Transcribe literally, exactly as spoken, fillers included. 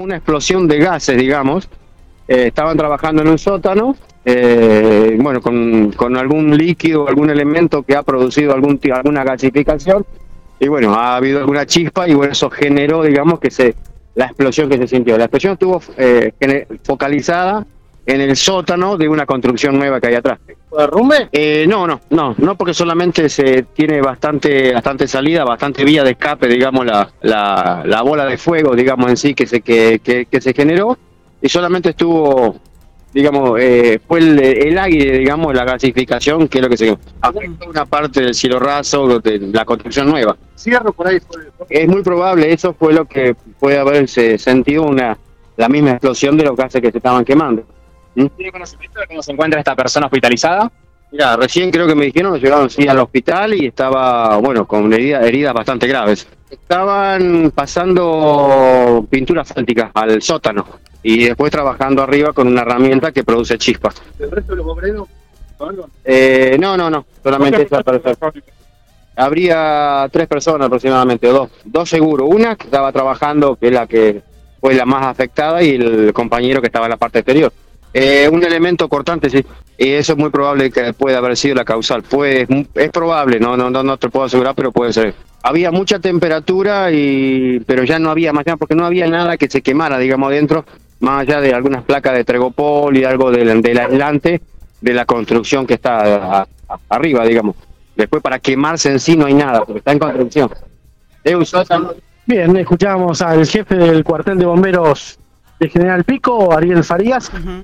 una explosión de gases, digamos. Eh, estaban trabajando en un sótano, eh, bueno, con, con algún líquido, algún elemento que ha producido algún alguna gasificación, y bueno, ha habido alguna chispa, y bueno, eso generó, digamos, que se la explosión que se sintió. La explosión estuvo eh, focalizada en el sótano de una construcción nueva que hay atrás. ¿Derrumbe? Eh, no, no, no, no, porque solamente se tiene bastante, bastante salida, bastante vía de escape, digamos, la, la, la bola de fuego, digamos, en sí que se que, que, que se generó, y solamente estuvo, digamos, eh, fue el, el aire, digamos, la gasificación, que es lo que se afectó una parte del cielo raso de la construcción nueva. Cierro por ahí. Fue... Es muy probable, eso fue lo que puede haberse sentido una la misma explosión de los gases que se estaban quemando. ¿Tiene conocimiento de cómo se encuentra esta persona hospitalizada? Mira, recién creo que me dijeron, nos llevaron sí al hospital y estaba, bueno, con heridas, heridas bastante graves. Estaban pasando pintura asfáltica al sótano y después trabajando arriba con una herramienta que produce chispas. ¿El resto de los obreros? Eh, no, no, no, solamente esa persona. Habría tres personas aproximadamente, o dos, dos seguro. Una que estaba trabajando, que es la que fue la más afectada, y el compañero que estaba en la parte exterior. Eh, un elemento cortante, sí, y eso es muy probable que pueda haber sido la causal. Pues es probable, no, no, no, no te puedo asegurar, pero puede ser. Había mucha temperatura, y pero ya no había más nada, porque no había nada que se quemara, digamos, dentro, más allá de algunas placas de Tregopol y algo del, del aislante de la construcción que está a, a, arriba, digamos. Después para quemarse en sí no hay nada, porque está en construcción. Es un sótano. Bien, escuchamos al jefe del cuartel de bomberos de General Pico, Ariel Farías. Uh-huh.